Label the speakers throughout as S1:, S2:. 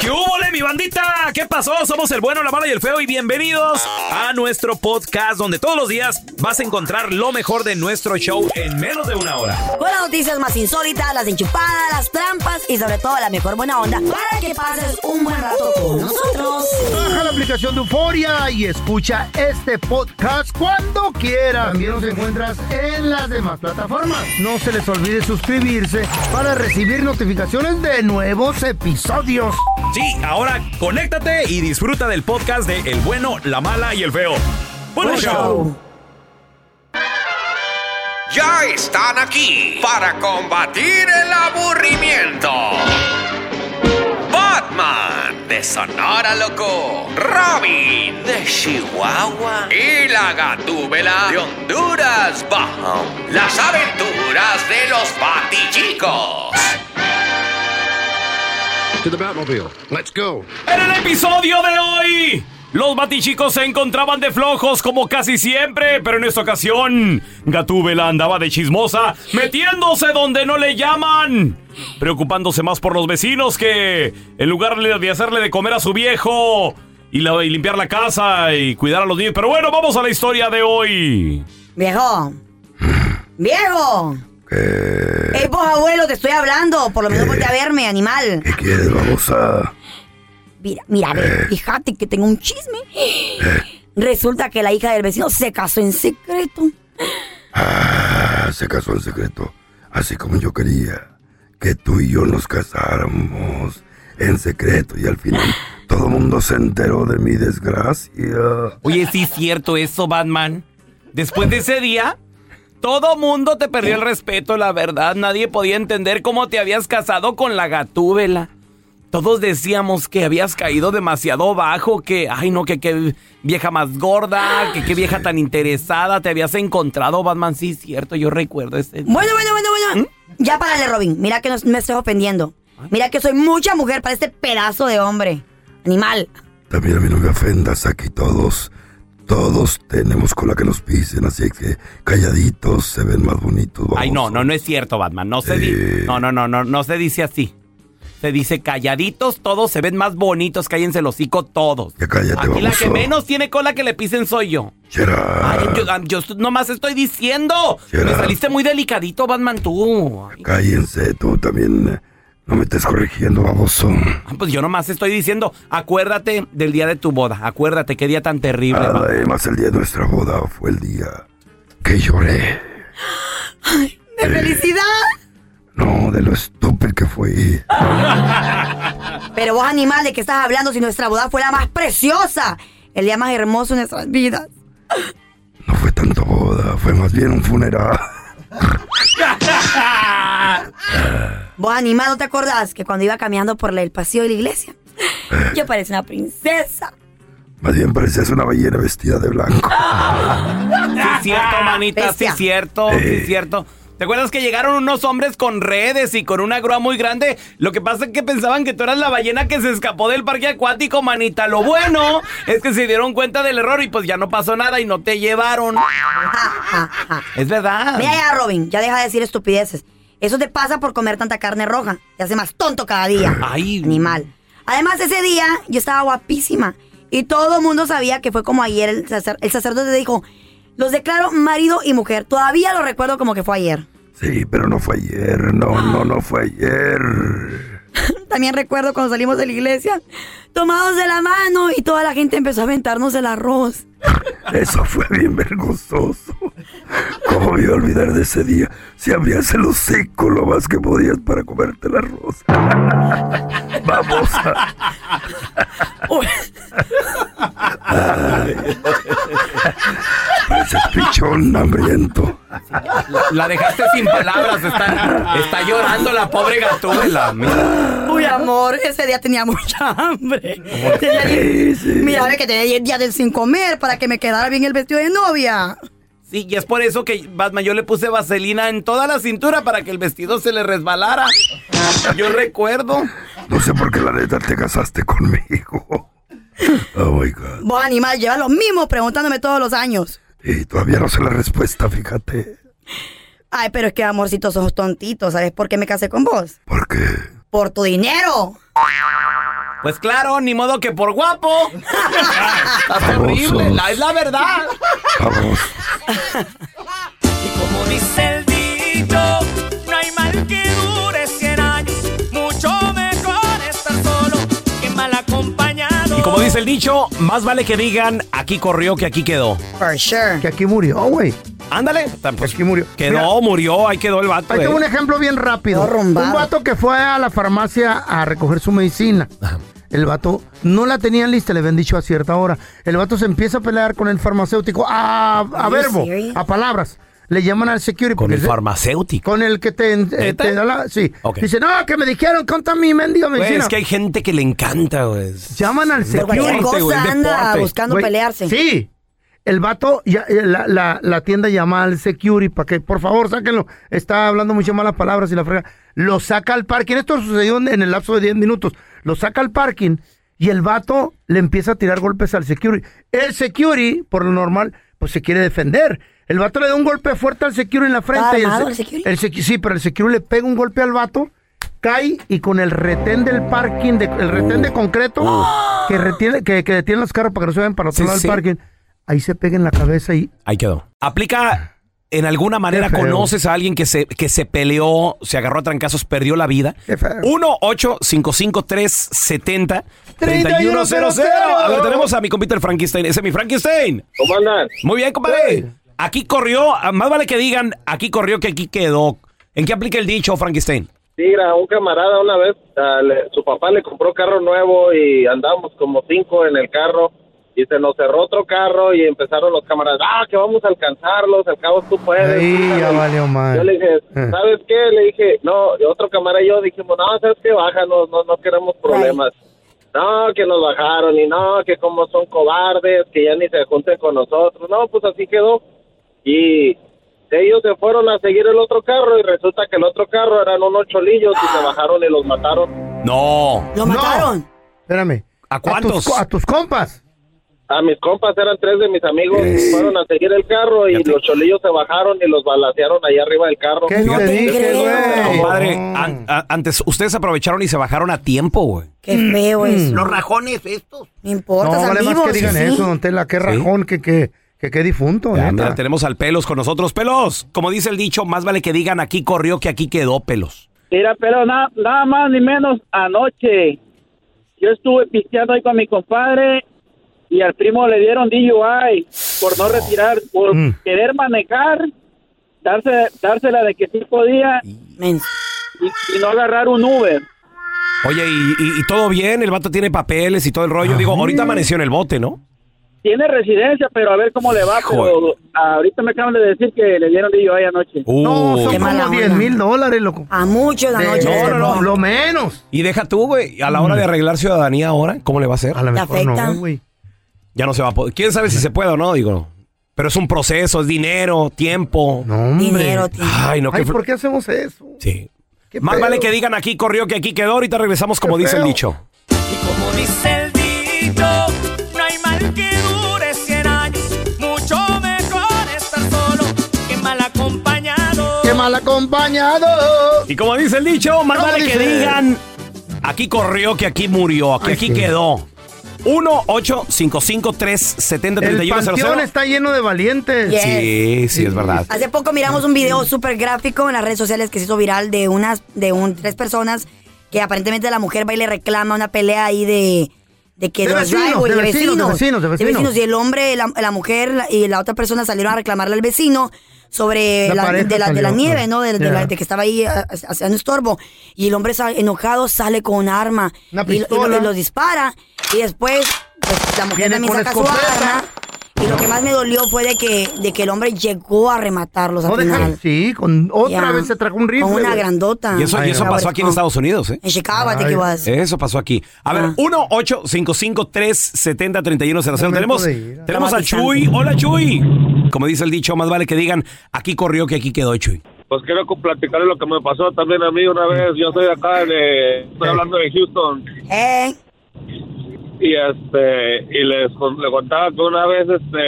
S1: ¿Qué húbole, mi bandita? ¿Qué pasó? Somos el bueno, la mala y el feo y bienvenidos a nuestro podcast donde todos los días vas a encontrar lo mejor de nuestro show en menos de una hora.
S2: Con las noticias más insólitas, las enchupadas, las trampas y sobre todo la mejor buena onda para que pases un buen rato con nosotros.
S3: Baja la aplicación de Euforia y escucha este podcast cuando quieras. También nos encuentras en las demás plataformas. No se les olvide suscribirse para recibir notificaciones de nuevos episodios.
S1: Sí, ahora conéctate y disfruta del podcast de El bueno, la mala y el feo. ¡Buen show!
S4: Ya están aquí para combatir el aburrimiento. Batman de Sonora Loco, Robin de Chihuahua y la Gatúbela de Honduras Bajo. Las aventuras de los Batichicos.
S5: To the Batmobile. Let's go.
S1: En el episodio de hoy, los Batichicos se encontraban de flojos como casi siempre, pero en esta ocasión, Gatúbela andaba de chismosa, metiéndose donde no le llaman, preocupándose más por los vecinos que en lugar de hacerle de comer a su viejo y limpiar la casa y cuidar a los niños. Pero bueno, vamos a la historia de hoy.
S2: Viejo. ¡Viejo! ¡Ey, vos, abuelo, te estoy hablando! Por lo menos voltea a verme, animal.
S3: ¿Qué quieres, babosa?
S2: Mira, fíjate que tengo un chisme. Resulta que la hija del vecino se casó en secreto.
S3: Se casó en secreto. Así como yo quería que tú y yo nos casáramos en secreto. Y al final todo el mundo se enteró de mi desgracia.
S1: Oye, sí es cierto eso, Batman. Después de ese día, todo mundo te perdió el respeto, la verdad. Nadie podía entender cómo te habías casado con la Gatúbela. Todos decíamos que habías caído demasiado bajo, que, ay no, que vieja más gorda, que vieja tan interesada te habías encontrado, Batman. Sí, cierto, yo recuerdo ese día.
S2: Bueno. Ya párale, Robin. Mira que no me estoy ofendiendo. Mira que soy mucha mujer para este pedazo de hombre. Animal.
S3: También a mí no me ofendas, aquí todos tenemos cola que nos pisen, así que calladitos se ven más bonitos. Baboso.
S1: Ay, no es cierto, Batman. No se dice así. Se dice calladitos, todos se ven más bonitos, cállense el hocico todos.
S3: Ya cállate,
S1: aquí
S3: baboso.
S1: La que menos tiene cola que le pisen soy yo. Ay, yo nomás estoy diciendo. Me saliste muy delicadito, Batman, tú. Ay.
S3: Cállense, tú también. No me estés corrigiendo, baboso.
S1: Pues yo nomás estoy diciendo, acuérdate del día de tu boda. Acuérdate, qué día tan terrible.
S3: Además, el día de nuestra boda fue el día que lloré.
S2: Ay, ¡de felicidad!
S3: No, de lo estúpido que fue.
S2: Pero vos, animal, ¿de qué estás hablando si nuestra boda fue la más preciosa? El día más hermoso de nuestras vidas.
S3: No fue tanto boda, fue más bien un funeral.
S2: Vos, animal, ¿no te acordás que cuando iba caminando por el pasillo de la iglesia, yo parecía una princesa?
S3: Más bien parecías una ballena vestida de blanco.
S1: Sí es cierto, manita,
S2: Bestia.
S1: sí es cierto. ¿Te acuerdas que llegaron unos hombres con redes y con una grúa muy grande? Lo que pasa es que pensaban que tú eras la ballena que se escapó del parque acuático, manita. Lo bueno es que se dieron cuenta del error y pues ya no pasó nada y no te llevaron. Es verdad.
S2: Mira ya, Robin, ya deja de decir estupideces. Eso te pasa por comer tanta carne roja. Te hace más tonto cada día.
S1: Ay.
S2: Animal. Además, ese día yo estaba guapísima. Y todo el mundo sabía que fue como ayer. El sacerdote dijo, los declaro marido y mujer. Todavía lo recuerdo como que fue ayer.
S3: Sí, pero no fue ayer. No fue ayer.
S2: También recuerdo cuando salimos de la iglesia, tomados de la mano y toda la gente empezó a aventarnos el arroz.
S3: Eso fue bien vergonzoso. ¿Cómo me iba a olvidar de ese día? Si abrías el hocico lo más que podías para comerte el arroz. Vamos. Pareces pichón hambriento.
S1: La dejaste sin palabras. Está llorando la pobre Gatúbela.
S2: Uy, amor, ese día tenía mucha hambre.
S3: Sí.
S2: Mira, que tenía 10 días sin comer para que me quedara bien el vestido de novia.
S1: Sí, y es por eso que, Batman, yo le puse vaselina en toda la cintura para que el vestido se le resbalara. Yo recuerdo.
S3: No sé por qué la neta te casaste conmigo. Oh my God.
S2: Vos, animal, llevas lo mismo preguntándome todos los años.
S3: Y todavía no sé la respuesta, fíjate.
S2: Ay, pero es que, amorcito, sos tontito. ¿Sabes por qué me casé con vos?
S3: ¿Por qué?
S2: Por tu dinero.
S1: Pues claro, ni modo que por guapo. Está horrible, es la verdad.
S6: Y como dice el dicho, no hay mal que dure 100 años. Mucho mejor estar solo que mal acompañado.
S1: Y como dice el dicho, más vale que digan aquí corrió que aquí quedó.
S2: For sure.
S3: Que aquí murió, güey.
S1: Ándale. Pues,
S3: Aquí murió.
S1: Quedó, murió, ahí quedó el vato.
S3: Ahí tengo un ejemplo bien rápido.
S2: Todo arrumbado.
S3: Un vato que fue a la farmacia a recoger su medicina.
S1: Ajá.
S3: El vato no la tenían lista, le habían dicho a cierta hora. El vato se empieza a pelear con el farmacéutico a
S2: you
S3: verbo,
S2: serious?
S3: a palabras. Le llaman al security.
S1: Con
S3: porque
S1: el farmacéutico.
S3: Con el que te da la... Sí.
S1: Ok.
S3: Dice, no, que me dijeron, conta mi mendiga
S1: Güey,
S3: medicina.
S1: es que hay gente que le encanta, güey.
S3: Llaman al
S2: Por
S3: security.
S2: cualquier
S1: Deporte, güey,
S2: cosa anda
S1: deporte.
S2: buscando
S3: Güey,
S2: pelearse.
S3: Sí. El vato, la tienda llama al security para que, por favor, sáquenlo. Está hablando muchas malas palabras y la frega. Lo saca al parking. Esto sucedió en el lapso de 10 minutos. Lo saca al parking y el vato le empieza a tirar golpes al security. El security, por lo normal, pues se quiere defender. El vato le da un golpe fuerte al security en la frente.
S2: ¿Está armado el security?
S3: Sí, pero el security le pega un golpe al vato, cae y con el retén del parking, el retén de concreto que detiene los carros para que no se vayan para otro
S1: Sí,
S3: lado
S1: sí.
S3: del parking, ahí se pega en la cabeza y...
S1: Ahí quedó. Aplica, en alguna manera,
S3: Qué feo.
S1: conoces a alguien que se peleó, se agarró a trancazos, perdió la vida.
S3: Qué feo.
S1: 1-855-370-3100. A ver, tenemos a mi compita el Frankenstein. Ese es mi Frankenstein.
S7: ¿Cómo andan?
S1: Muy bien, compadre. Aquí corrió, más vale que digan, aquí corrió que aquí quedó. ¿En qué aplica el dicho, Frankenstein?
S7: Sí, era un camarada una vez, su papá le compró carro nuevo y andábamos como 5 en el carro y se nos cerró otro carro y empezaron los camaradas, que vamos a alcanzarlos, al cabo tú puedes.
S3: Ahí ya valió mal.
S7: Yo le dije, ¿sabes qué? Le dije, no, otro camarada y yo dijimos, no, ¿sabes qué? Bájanos, no queremos problemas. No, que nos bajaron y no, que como son cobardes, que ya ni se junten con nosotros. No, pues así quedó. Y ellos se fueron a seguir el otro carro y resulta que el otro carro eran unos cholillos y se bajaron y los mataron.
S1: No.
S2: ¿Lo mataron?
S3: Espérame.
S1: ¿A cuántos?
S3: A tus compas.
S7: A mis compas eran 3 de mis amigos,
S1: Es-
S7: fueron a seguir el carro y
S1: Fíjate.
S7: los cholillos se bajaron y los balacearon allá arriba del carro.
S3: ¿Qué
S2: No
S3: te
S2: te
S3: dije,
S2: creo.
S3: güey?
S1: Compadre,
S3: No.
S1: antes ustedes aprovecharon y se bajaron a tiempo, güey.
S2: Qué feo eso.
S1: Los rajones estos.
S2: No importa,
S3: No,
S2: están
S3: vale más
S2: vivos.
S3: que digan
S2: sí.
S3: eso, don Tela. Qué rajón, que difunto,
S1: Ya,
S3: neta.
S1: mira, tenemos al Pelos con nosotros. Pelos, como dice el dicho, más vale que digan aquí corrió que aquí quedó, Pelos.
S8: Mira, pero nada más ni menos anoche yo estuve pisteando ahí con mi compadre y al primo le dieron DUI por no retirar, por querer manejar, dársela de que sí podía
S2: Menso.
S8: y no agarrar un Uber.
S1: Oye, y todo bien, el vato tiene papeles y todo el rollo. Digo, ahorita amaneció en el bote, ¿no?
S8: Tiene residencia, pero a ver cómo le va.
S1: Joder.
S8: Pero ahorita me acaban de decir que le dieron DUI anoche.
S3: No, son
S2: Qué mala
S3: como
S2: onda.
S3: $10,000, loco.
S2: A muchos la noche.
S3: No,
S2: les tocó.
S3: lo menos.
S1: Y deja tú, güey, a la hora de arreglar ciudadanía ahora, ¿cómo le va a hacer?
S3: A lo
S2: Te
S3: mejor
S2: afecta.
S3: no, güey.
S1: Ya no se va a poder. ¿Quién sabe si se puede o no? Digo, pero es un proceso, es dinero, tiempo.
S3: No, hombre.
S2: Dinero, tiempo.
S1: Ay, no,
S3: Ay,
S1: qué
S3: ¿por qué hacemos eso?
S1: Sí.
S3: Qué
S1: Más
S3: pedo.
S1: vale que digan aquí corrió que aquí quedó. Ahorita regresamos como
S3: Qué
S1: dice el
S3: feo.
S1: dicho.
S6: Y como dice el dicho, no hay mal que dure 100 años. Mucho mejor estar solo que mal acompañado.
S3: ¡Qué mal acompañado!
S1: Y como dice el dicho, más
S3: ¿Cómo
S1: vale que
S3: dice?
S1: digan aquí corrió que aquí murió, que
S3: Ay,
S1: aquí
S3: sí.
S1: quedó. 1-855-370-3100.
S3: El panteón está lleno de valientes.
S2: Yes.
S1: Sí, sí, es verdad.
S2: Hace poco miramos un video súper gráfico en las redes sociales que se hizo viral de tres personas que aparentemente la mujer va y le reclama una pelea ahí de que
S3: De
S2: los
S3: vecinos,
S2: driveway,
S3: de vecinos.
S2: Y el hombre, la mujer y la otra persona salieron a reclamarle al vecino sobre
S3: La pareja
S2: de la
S3: salió.
S2: nieve, ¿no? De
S3: Ya.
S2: que estaba ahí haciendo estorbo. Y el hombre enojado sale con un arma.
S3: Una
S2: y
S3: pistola.
S2: lo dispara. Y después pues, la mujer
S3: Viene
S2: también
S3: con
S2: saca su
S3: escopeta.
S2: arma. Y lo que más me dolió fue de que el hombre llegó a rematarlos
S3: No
S2: al
S3: dejar,
S2: final.
S3: sí, con otra
S2: Ya.
S3: vez se trajo un rifle.
S2: Con una
S3: güey.
S2: grandota.
S1: Y eso pasó aquí en Estados Unidos, ¿eh?
S2: En Chicago, I think
S3: Ay.
S2: it was.
S1: Eso pasó aquí. A ver,
S2: Ah.
S1: 1-855-370-3100.
S3: Momento
S1: Tenemos,
S3: de ir.
S1: tenemos a
S2: Dramatizante.
S1: Chuy. Hola, Chuy. Como dice el dicho, más vale que digan aquí corrió que aquí quedó, Chuy.
S7: Pues quiero platicarles lo que me pasó también a mí una vez. Yo soy acá estoy hablando de Houston. Y le contaba que una vez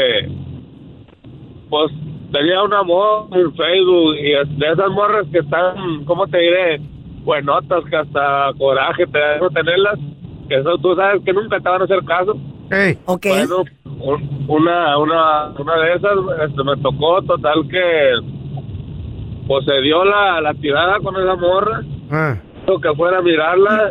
S7: pues tenía un amor en Facebook y de esas morras que están, ¿cómo te diré? Buenotas, que hasta coraje te dejo tenerlas. que eso tú sabes que nunca te van a hacer caso.
S3: Hey.
S2: Ok.
S7: Bueno, una de esas me tocó total que pues se dio la tirada con esa morra. Que fuera a mirarla,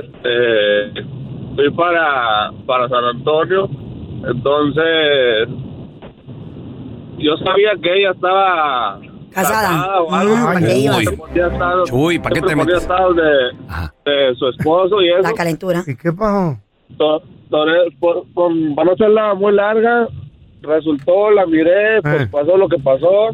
S7: fui para San Antonio, entonces yo sabía que ella estaba
S2: casada
S7: o algo.
S1: Chuy, ¿para qué te
S7: metes? Estados de su esposo y eso.
S2: La calentura.
S3: ¿Y qué pasó?
S7: Para no hacerla muy larga, resultó, la miré, pues pasó lo que pasó.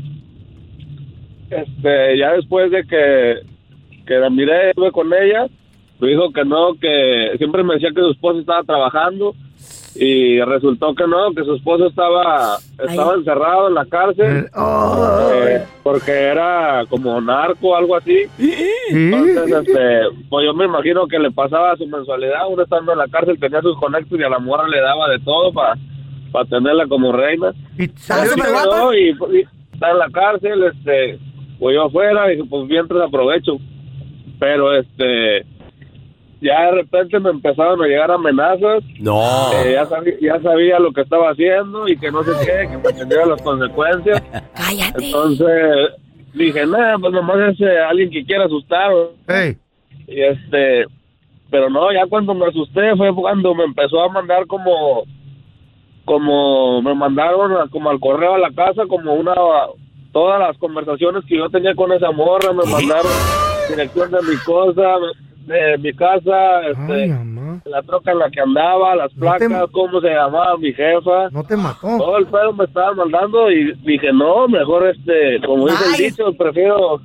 S7: Ya después de que la miré, estuve con ella, me dijo que no, que siempre me decía que su esposo estaba trabajando y resultó que no, que su esposo estaba encerrado en la cárcel porque era como narco o algo así. Entonces, pues yo me imagino que le pasaba su mensualidad, uno estando en la cárcel tenía sus conectos y a la morra le daba de todo para tenerla como reina.
S3: ¿Y
S7: está en la cárcel, pues yo afuera, dije, pues mientras aprovecho. Pero ya de repente me empezaron a llegar amenazas.
S1: No.
S7: Ya sabía lo que estaba haciendo y que no sé qué, que me tendría las consecuencias.
S2: Cállate.
S7: Entonces dije, nada, pues nomás es alguien que quiera asustar.
S3: Hey.
S7: Y pero no, ya cuando me asusté fue cuando me empezó a mandar como me mandaron como al correo a la casa, como todas las conversaciones que yo tenía con esa morra, me mandaron dirección de mi cosa, de mi casa, la troca en la que andaba, las placas, cómo se llamaba mi jefa.
S3: No te mató.
S7: Todo el pedo me estaba mandando y dije, no, mejor como dice el dicho, prefiero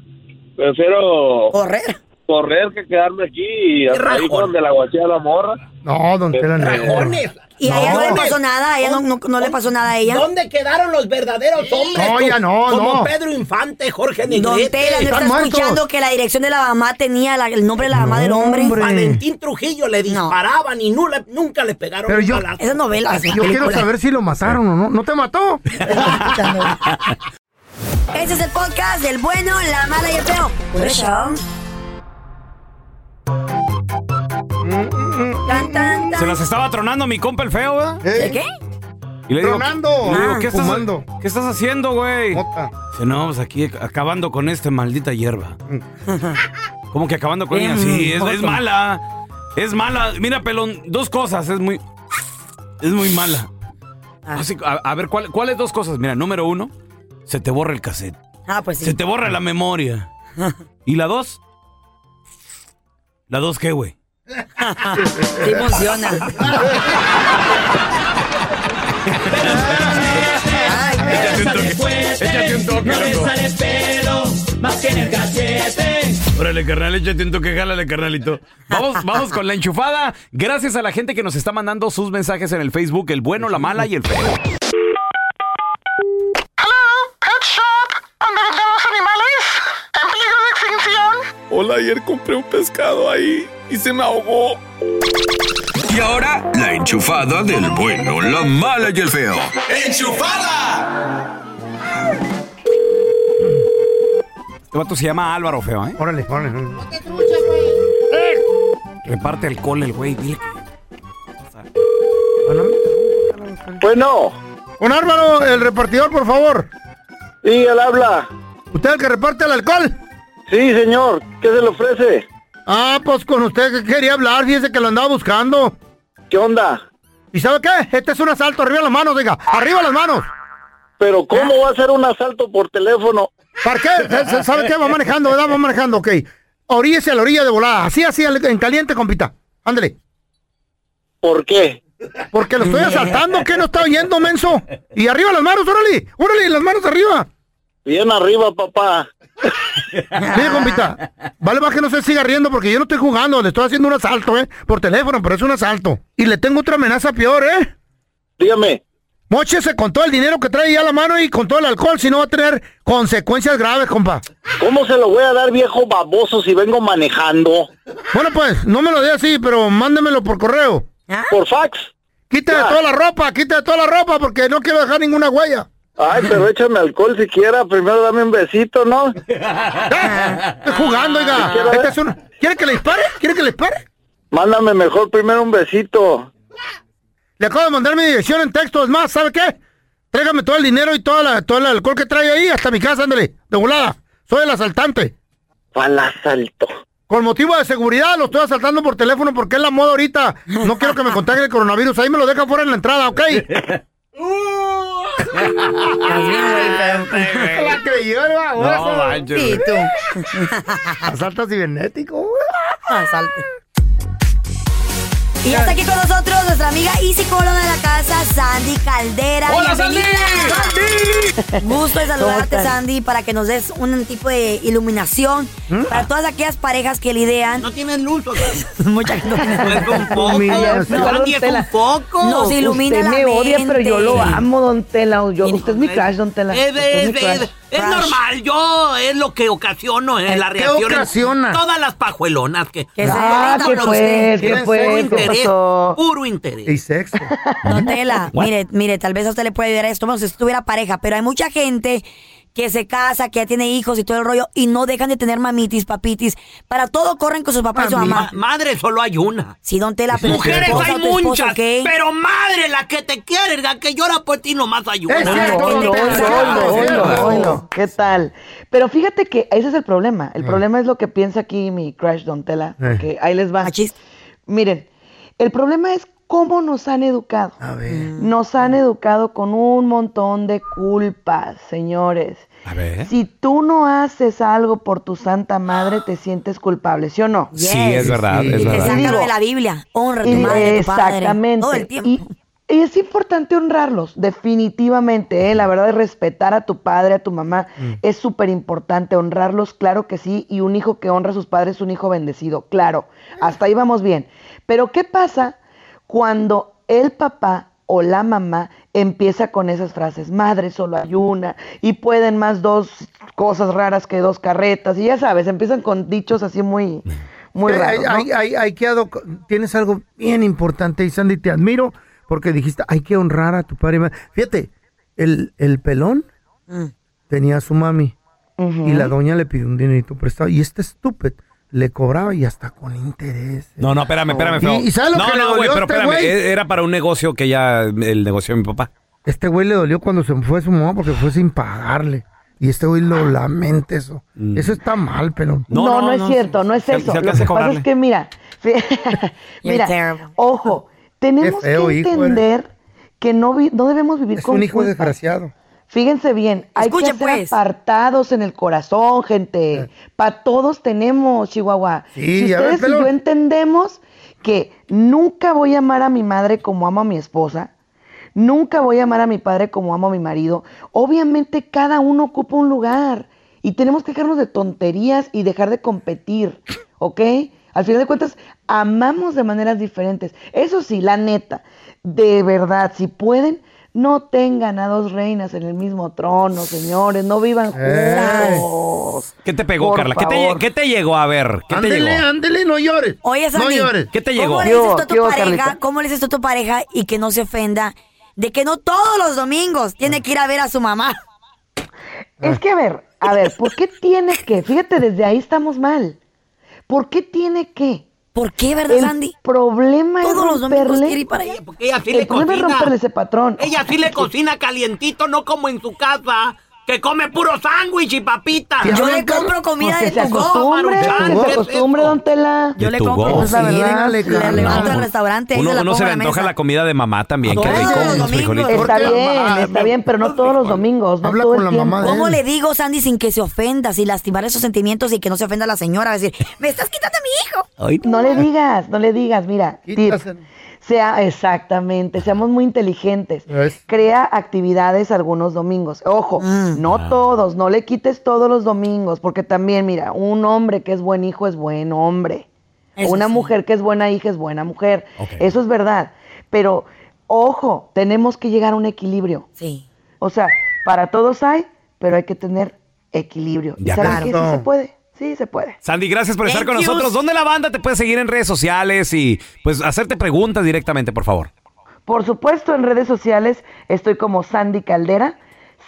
S7: correr que quedarme aquí y hasta ahí donde la guachea a la morra.
S3: No, don Tela.
S2: Y a ella no le pasó nada, a ella no le pasó nada a ella.
S9: ¿Dónde quedaron los verdaderos hombres?
S3: No, ya no,
S9: como Pedro Infante, Jorge Negrete.
S2: Don Tela, ¿no está escuchando que la dirección de la mamá tenía el nombre de la mamá del hombre?
S9: Valentín Trujillo le disparaban y nunca le pegaron un balazo.
S2: Esa novela.
S3: Yo quiero saber si lo mataron o no. ¿No te mató?
S2: Ese es el podcast del bueno, la mala y el feo. Por eso.
S1: Se las estaba tronando mi compa el feo, ¿verdad?
S2: ¿De qué?
S1: Y le digo,
S3: tronando.
S1: ¿qué estás haciendo, güey? Dice, no, pues aquí acabando con maldita hierba. ¿Cómo que acabando con ella? Sí, es mala. Es mala. Mira, pelón, dos cosas. Es muy mala. Así, a ver, ¿cuáles dos cosas? Mira, número uno, se te borra el cassette.
S2: Pues sí.
S1: Se te borra la memoria. ¿Y la dos? ¿La dos qué, güey?
S2: Sí funciona.
S1: Échate un toque,
S6: no le sale pelo más que en el cachete.
S1: Órale, carnal, échate un toque, jálale, carnalito. Vamos con la enchufada. Gracias a la gente que nos está mandando sus mensajes en el Facebook, el bueno, la mala y el feo.
S10: Hola, ayer compré un pescado ahí y se me ahogó.
S4: Y ahora, la enchufada del bueno, la mala y el feo.
S10: ¡Enchufada!
S1: Este vato se llama Álvaro, feo, ¿eh?
S3: Órale.
S9: No te truchas, güey.
S1: Reparte alcohol el güey, dile que...
S7: Bueno.
S3: Con Álvaro, el repartidor, por favor.
S7: Sí, él habla.
S3: ¿Usted es el que reparte el alcohol?
S7: Sí, señor. ¿Qué se le ofrece?
S3: Pues con usted que quería hablar, fíjese que lo andaba buscando.
S7: ¿Qué onda?
S3: ¿Y sabe qué? Este es un asalto, arriba las manos, diga, arriba las manos.
S7: Pero ¿cómo va a ser un asalto por teléfono?
S3: ¿Para qué? ¿Sabe qué? Va manejando, ¿verdad? Va manejando, ok. Oríllese a la orilla de volada, así, en caliente, compita. Ándale.
S7: ¿Por qué?
S3: Porque lo estoy asaltando, ¿qué no está oyendo, menso? Y arriba las manos, órale, las manos arriba.
S7: Bien arriba, papá.
S3: Mire, compita, vale más que no se siga riendo porque yo no estoy jugando, le estoy haciendo un asalto, por teléfono, pero es un asalto. Y le tengo otra amenaza peor,
S7: Dígame.
S3: Móchese con todo el dinero que trae ya a la mano y con todo el alcohol, si no va a tener consecuencias graves, compa.
S7: ¿Cómo se lo voy a dar, viejo baboso, si vengo manejando?
S3: Bueno, pues, no me lo dé así, pero mándemelo por correo.
S7: ¿Por fax?
S3: Quítale toda la ropa, porque no quiero dejar ninguna huella.
S7: Ay, pero échame alcohol siquiera, primero dame un besito, ¿no?
S3: Estoy jugando, oiga. ¿Quiere que le dispare?
S7: Mándame mejor primero un besito.
S3: Le acabo de mandar mi dirección en texto. Es más, ¿sabe qué? Tráigame todo el dinero y todo el alcohol que trae ahí hasta mi casa, ándale, de volada. Soy el asaltante.
S7: ¿Cuál asalto?
S3: Con motivo de seguridad lo estoy asaltando por teléfono porque es la moda ahorita. No quiero que me contagie el coronavirus. Ahí me lo deja fuera en la entrada, ¿ok? La creyó,
S1: no manches.
S2: Sí, tú.
S3: Asalto cibernético.
S2: Asalte. Y ya está aquí con nosotros nuestra amiga y psicóloga de la casa, Sandy Caldera.
S1: ¡Hola, Sandy!
S2: ¡Sandy! Gusto de saludarte, Sandy, para que nos des un tipo de iluminación para todas aquellas parejas que lidian.
S9: ¿No tienen luz o qué?
S2: Mucha gente no tiene
S9: Es un foco. Sandy, es un foco.
S2: Nos ilumina
S11: usted
S2: la
S11: me odia,
S2: mente.
S11: pero yo lo amo, don Tela. Usted es mi crush, don Tela.
S9: Es normal, yo es lo que ocasiono, la reacción.
S3: ¿Qué ocasiona?
S9: Todas las pajuelonas que...
S2: ¿Qué
S9: Puro interés.
S3: Y sexo.
S2: Don Tela, mire, tal vez a usted le puede ayudar esto, bueno, si estuviera pareja, pero hay mucha gente que se casa, que ya tiene hijos y todo el rollo, y no dejan de tener mamitis, papitis. Para todo corren con sus papás y su mamá.
S9: Madre solo hay una.
S2: Sí, don Tela, pero
S9: mujeres
S2: tu esposa,
S9: hay
S2: tu esposo,
S9: muchas,
S2: ¿qué?
S9: pero madre, la que te quiere, la que llora por ti nomás hay una.
S3: Es cierto,
S11: Oilo. ¿Qué tal? Pero fíjate que ese es el problema. El problema es lo que piensa aquí mi crush, don Tela. Que ahí les va. Miren, el problema es cómo nos han educado.
S3: A ver.
S11: Nos han educado con un montón de culpas, señores.
S1: A ver.
S11: Si tú no haces algo por tu santa madre, te sientes culpable, ¿sí o no?
S2: Yes.
S1: Sí, es verdad,
S2: Y
S1: es
S2: te
S1: verdad.
S2: sacan de la Biblia. Honra a tu madre, tu padre.
S11: Exactamente.
S2: Todo el tiempo.
S11: Y es importante honrarlos, definitivamente, La verdad es respetar a tu padre, a tu mamá, es súper importante honrarlos, claro que sí, y un hijo que honra a sus padres es un hijo bendecido, claro, hasta ahí vamos bien. Pero ¿qué pasa cuando el papá o la mamá empieza con esas frases? Madre, solo hay una, y pueden más dos cosas raras que dos carretas, y ya sabes, empiezan con dichos así muy raros, ¿no?
S3: Tienes algo bien importante y Sandy, te admiro porque dijiste, hay que honrar a tu padre y madre. Fíjate, el pelón tenía a su mami y la doña le pidió un dinerito prestado y este estúpido le cobraba y hasta con interés.
S1: No, espérame, feo.
S3: ¿Y sabes lo que le dolió
S1: güey,
S3: a
S1: pero
S3: este
S1: espérame,
S3: güey?
S1: era para un negocio que ya, el negocio de mi papá.
S3: Este güey le dolió cuando se fue su mamá porque fue sin pagarle. Y este güey lo lamenta eso. Eso está mal, pelón.
S11: No es cierto, no es eso. Lo que pasa es que, mira, ojo, tenemos que entender que no debemos vivir con
S3: un hijo
S11: culpa.
S3: desgraciado.
S11: Fíjense bien, hay que ser apartados en el corazón, gente. Para todos tenemos, Chihuahua.
S3: Sí,
S11: si
S3: ya ves,
S11: ustedes y yo entendemos que nunca voy a amar a mi madre como amo a mi esposa, nunca voy a amar a mi padre como amo a mi marido, obviamente cada uno ocupa un lugar y tenemos que dejarnos de tonterías y dejar de competir, ¿ok? Al final de cuentas, amamos de maneras diferentes. Eso sí, la neta, de verdad, si pueden, no tengan a dos reinas en el mismo trono, señores. No vivan juntos.
S1: ¿Qué te pegó,
S11: Por
S1: Carla?
S11: favor.
S1: ¿Qué te llegó? A ver, ¿qué te llegó?
S3: Ándele, no llores.
S2: Oye, Sandy,
S3: no llores.
S1: ¿Qué te llegó?
S2: ¿Cómo le dices tú a
S11: ¿Qué
S2: tu
S11: hubo,
S2: pareja?
S11: Carlita?
S2: ¿Cómo le dices tú a tu pareja y que no se ofenda de que no todos los domingos tiene que ir a ver a su mamá?
S11: Es que, a ver, ¿por qué tiene que? Fíjate, desde ahí estamos mal. ¿Por qué tiene que?
S2: ¿Por qué, verdad, Sandy?
S11: El problema es
S2: Todos los domingos
S11: romperle.
S2: quiere ir para allá.
S9: Porque ella sí
S11: El
S9: le
S11: problema es
S9: cocina.
S11: romperle ese patrón.
S9: Ella sí le cocina calientito, no como en su casa, que come puro sándwich y papitas.
S2: Yo le compro comida
S11: Pues
S2: de
S11: que se
S2: tu go.
S11: acostumbre, don Tela.
S2: Yo le
S1: tu
S2: compro,
S1: go.
S2: pues, a ver,
S3: Dale,
S2: le
S3: Carla.
S2: levanto el restaurante.
S1: Uno
S2: se la
S1: se
S2: pongo
S1: le
S2: en la
S1: antoja
S2: mesa.
S1: la comida de mamá también. Qué
S2: Todos
S1: rico,
S2: los
S1: unos
S2: domingos.
S1: frijolitos.
S11: Está bien, pero no todos los domingos, no
S3: Habla
S11: todo
S3: con
S11: el
S3: la
S11: tiempo.
S3: mamá de
S2: ¿Cómo
S3: él.
S2: le digo, Sandy, sin que se ofenda, sin lastimar esos sentimientos y que no se ofenda a la señora? Va a decir, me estás quitando a mi hijo.
S1: Ay,
S11: No le digas, mira, tip,
S3: Quítaselo.
S11: exactamente, seamos muy inteligentes.
S3: ¿Ves?
S11: Crea actividades algunos domingos. Ojo, no todos, no le quites todos los domingos, porque también, mira, un hombre que es buen hijo es buen hombre.
S2: Eso
S11: Una
S2: sí.
S11: mujer que es buena hija es buena mujer.
S1: Ok.
S11: Eso es verdad. Pero, ojo, tenemos que llegar a un equilibrio.
S2: Sí.
S11: O sea, para todos hay, pero hay que tener equilibrio. ¿Y
S1: Ya,
S11: saben
S1: claro.
S11: qué? Sí se puede. Sí se puede.
S1: Sandy, gracias por estar
S2: Thank
S1: con
S2: yous.
S1: nosotros. ¿Dónde la banda te puede seguir en redes sociales y pues hacerte preguntas directamente, por favor?
S11: Por supuesto, en redes sociales estoy como Sandy Caldera,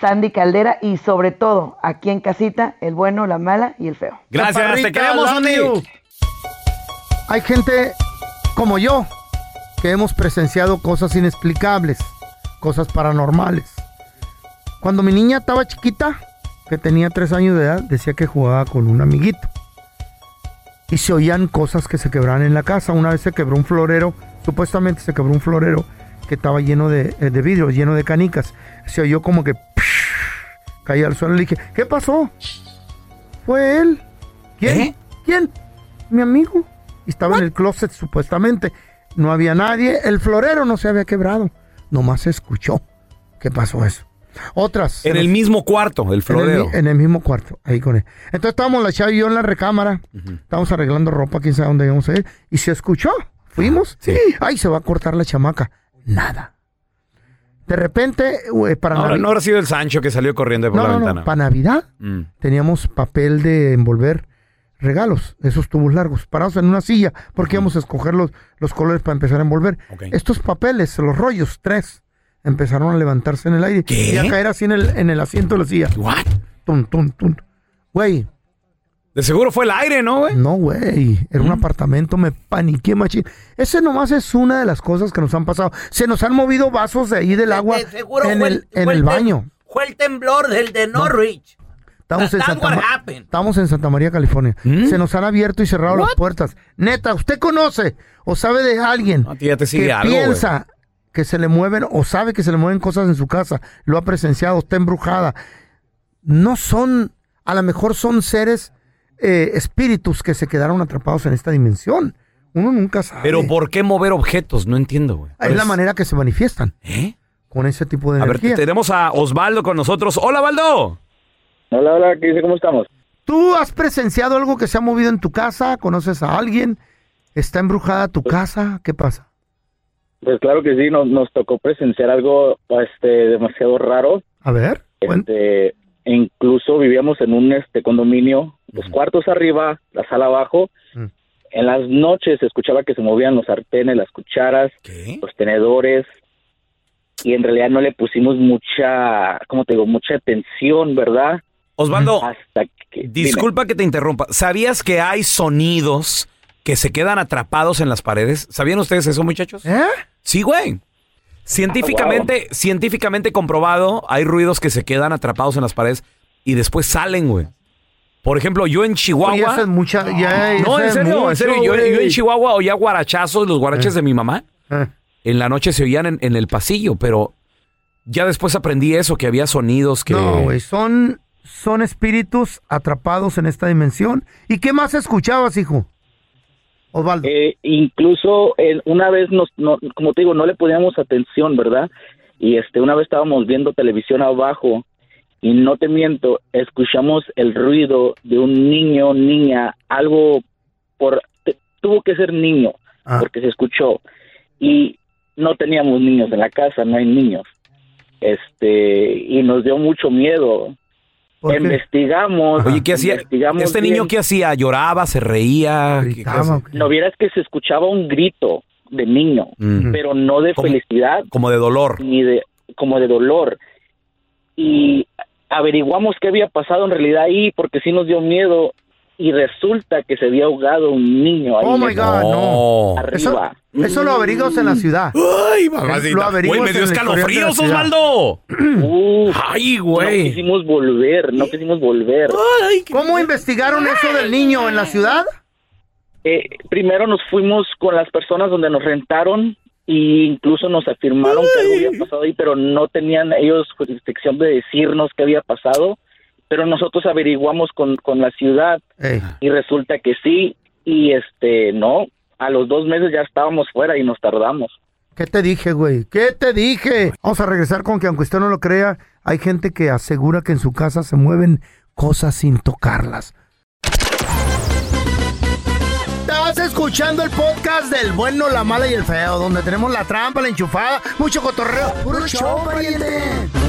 S11: y sobre todo, aquí en casita, el bueno, la mala y el feo.
S1: Gracias,
S3: Chaparrita,
S1: te queremos,
S3: love
S1: Sandy.
S3: you. Hay gente como yo, que hemos presenciado cosas inexplicables, cosas paranormales. Cuando mi niña estaba chiquita, que tenía 3 años de edad, decía que jugaba con un amiguito. Y se oían cosas que se quebraban en la casa. Una vez se quebró un florero, supuestamente se quebró un florero que estaba lleno de vidrios, lleno de canicas. Se oyó como que caía al suelo. Le dije, ¿qué pasó? Fue él. ¿Quién?
S1: ¿Eh?
S3: ¿Quién? Mi amigo. Y estaba en el closet supuestamente. No había nadie. El florero no se había quebrado. Nomás se escuchó. ¿Qué pasó eso? Otras.
S1: En el mismo cuarto, el florero.
S3: En el mismo cuarto, ahí con él. Entonces estábamos la chava y yo en la recámara. Estábamos arreglando ropa, quién sabe dónde íbamos a ir. Y se escuchó. Fuimos.
S1: Sí.
S3: Ay, se va a cortar la chamaca. Nada. De repente, para
S1: Navidad. No habrá sido el Sancho que salió corriendo por la ventana.
S3: Para Navidad teníamos papel de envolver regalos, esos tubos largos, parados en una silla, porque íbamos a escoger los colores para empezar a envolver.
S1: Okay.
S3: Estos papeles, los rollos, 3, empezaron a levantarse en el aire.
S1: ¿Qué?
S3: Y a caer así en el asiento de la silla.
S1: ¿What?
S3: Tum, tum, tum. Güey.
S1: De seguro fue el aire, ¿no, güey?
S3: No, güey. Era un apartamento, me paniqué, machín. Ese nomás es una de las cosas que nos han pasado. Se nos han movido vasos de ahí del agua en el baño.
S9: Fue el temblor del de Norwich.
S3: Estamos en Santa María, California. Se nos han abierto y cerrado las puertas. Neta, ¿usted conoce o sabe de alguien
S1: ya te sigue
S3: que
S1: algo,
S3: piensa que se le mueven o sabe que se le mueven cosas en su casa? Lo ha presenciado, está embrujada. No son, a lo mejor son seres, espíritus que se quedaron atrapados en esta dimensión. Uno nunca sabe.
S1: Pero ¿por qué mover objetos? No entiendo, güey.
S3: Es la manera que se manifiestan. Con ese tipo de energía.
S1: A ver, tenemos a Osvaldo con nosotros. Hola, Osvaldo.
S7: Hola, ¿qué dice? ¿Cómo estamos?
S3: ¿Tú has presenciado algo que se ha movido en tu casa? ¿Conoces a alguien? ¿Está embrujada tu casa? ¿Qué pasa?
S7: Pues claro que sí, nos tocó presenciar algo demasiado raro.
S3: A ver.
S7: Incluso vivíamos en un condominio, los cuartos arriba, la sala abajo. En las noches se escuchaba que se movían los sartenes, las cucharas, los tenedores. Y en realidad no le pusimos mucha atención, ¿verdad?
S1: Osvaldo,
S7: hasta que,
S1: disculpa que te interrumpa. ¿Sabías que hay sonidos que se quedan atrapados en las paredes? ¿Sabían ustedes eso, muchachos? Sí, güey. Científicamente comprobado, hay ruidos que se quedan atrapados en las paredes y después salen, güey. Por ejemplo, yo en Chihuahua... en serio. Yo en Chihuahua oía guarachazos, los guaraches de mi mamá. En la noche se oían en el pasillo, pero ya después aprendí eso, que había sonidos que...
S3: No, güey, son espíritus atrapados en esta dimensión. ¿Y qué más escuchabas, hijo? Osvaldo.
S7: Incluso una vez, como te digo, no le poníamos atención, ¿verdad? Y una vez estábamos viendo televisión abajo y no te miento, escuchamos el ruido de un niño, niña, algo tuvo que ser niño, porque se escuchó. Y no teníamos niños en la casa, no hay niños. Y nos dio mucho miedo. Investigamos.
S1: Oye, ¿qué hacía? ¿Este niño qué hacía? ¿Lloraba? ¿Se reía?
S7: No, vieras que se escuchaba un grito de niño, pero no de felicidad.
S1: Como de dolor.
S7: Como de dolor. Y averiguamos qué había pasado en realidad ahí, porque sí nos dio miedo. Y resulta que se había ahogado un niño ahí.
S3: Oh my God, no.
S7: Arriba.
S3: Eso lo averiguas en la ciudad.
S1: Ay, mamacita. Güey, me dio escalofríos, Osvaldo. Ay, güey.
S7: No quisimos volver.
S1: Ay,
S3: ¿Cómo investigaron eso del niño en la ciudad?
S7: Primero nos fuimos con las personas donde nos rentaron e incluso nos afirmaron que algo había pasado ahí, pero no tenían ellos jurisdicción de decirnos qué había pasado. Pero nosotros averiguamos con la ciudad y resulta que sí, y no, a los 2 meses ya estábamos fuera y nos tardamos.
S3: ¿Qué te dije, güey? ¿Qué te dije? Vamos a regresar con que aunque usted no lo crea, hay gente que asegura que en su casa se mueven cosas sin tocarlas. Estás escuchando el podcast del bueno, la mala y el feo, donde tenemos la trampa, la enchufada, mucho cotorreo. ¡Puro show, pariente!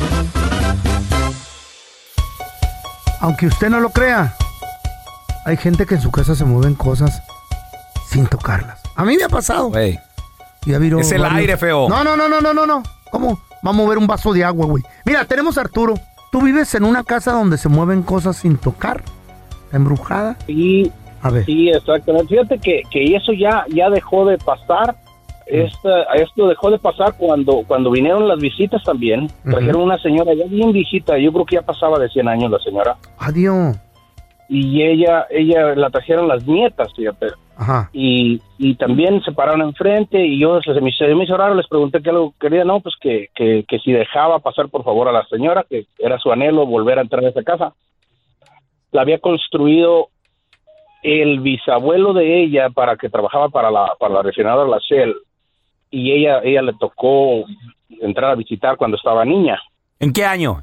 S3: Aunque usted no lo crea, hay gente que en su casa se mueven cosas sin tocarlas. A mí me ha pasado.
S1: Güey.
S3: Es
S1: el aire, feo.
S3: No. ¿Cómo? Va a mover un vaso de agua, güey. Mira, tenemos a Arturo. ¿Tú vives en una casa donde se mueven cosas sin tocar? ¿Embrujada?
S7: Sí,
S3: A ver.
S12: Sí, exactamente. Fíjate que eso ya dejó de pasar. Esto dejó de pasar cuando vinieron las visitas también. Trajeron una señora ya bien viejita, yo creo que ya pasaba de 100 años la señora.
S3: Adiós.
S12: Y ella la trajeron las nietas, fíjate.
S3: Ajá.
S12: Y también se pararon enfrente y yo se me hizo raro, les pregunté qué algo quería, no, pues que si dejaba pasar por favor a la señora, que era su anhelo volver a entrar a esa casa. La había construido el bisabuelo de ella para que trabajaba para la refinadora La Shell, y ella le tocó entrar a visitar cuando estaba niña.
S1: ¿En qué año?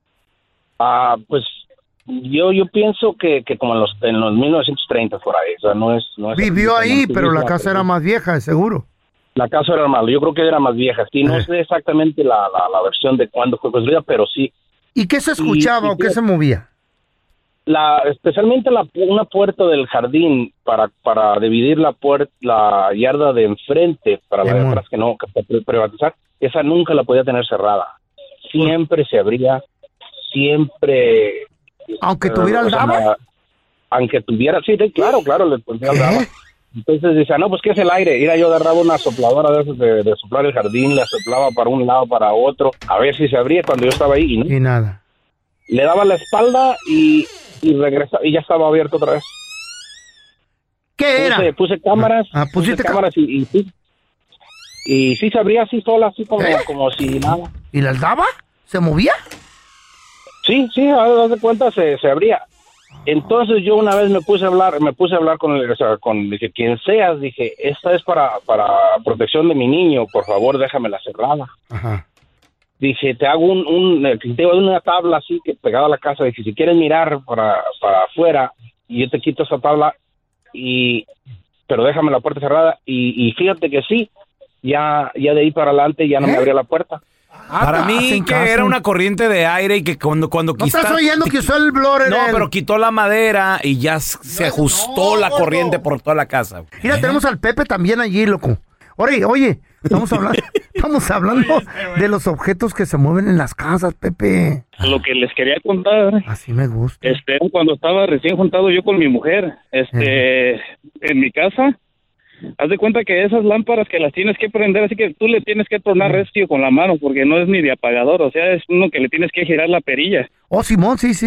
S12: Pues yo pienso que como en los 1930 por ahí, o sea, no es
S3: Vivió ahí, pero la casa era más vieja, de seguro.
S12: La casa era más, yo creo que era más vieja, sí, no sé exactamente la versión de cuándo fue construida, pero sí.
S3: ¿Y qué se escuchaba o qué se movía?
S12: Especialmente una puerta del jardín para dividir la yarda de enfrente para la de atrás que privatizar, esa nunca la podía tener cerrada. Siempre se abría, siempre.
S3: Aunque tuviera aldaba.
S12: Aunque tuviera, sí, claro, le ponía aldaba. Entonces decía, no, pues ¿qué es el aire? Era yo agarraba una sopladora de esos de soplar el jardín, la soplaba para un lado, para otro, a ver si se abría cuando yo estaba ahí, ¿no?
S3: Y nada.
S12: Le daba la espalda y regresaba, y ya estaba abierto otra vez.
S3: ¿Qué era?
S12: Puse cámaras.
S3: Puse cámaras
S12: y sí. Y sí se abría así sola, así como si nada.
S3: ¿Y las daba? ¿Se movía?
S12: Sí, haz de cuenta, se abría. Entonces yo una vez me puse a hablar con dije, quien seas, dije, esta es para protección de mi niño, por favor, déjamela cerrada. Ajá. Dije, te hago una tabla así que pegada a la casa. Dije, si quieres mirar para afuera, y yo te quito esa tabla, pero déjame la puerta cerrada. Y fíjate que sí, ya de ahí para adelante ya no me abría la puerta.
S1: Para mí que era una corriente de aire y que cuando
S3: ¿No estás oyendo que usó el blower?
S1: No, pero quitó la madera y ya se ajustó la corriente por toda la casa.
S3: Mira, tenemos al Pepe también allí, loco. Oye, estamos hablando de los objetos que se mueven en las casas, Pepe.
S13: Lo que les quería contar.
S3: Así me gusta.
S13: Cuando estaba recién juntado yo con mi mujer, en mi casa, haz de cuenta que esas lámparas que las tienes que prender, así que tú le tienes que tornar recio con la mano, porque no es ni de apagador, o sea, es uno que le tienes que girar la perilla.
S3: Oh, Simón, sí.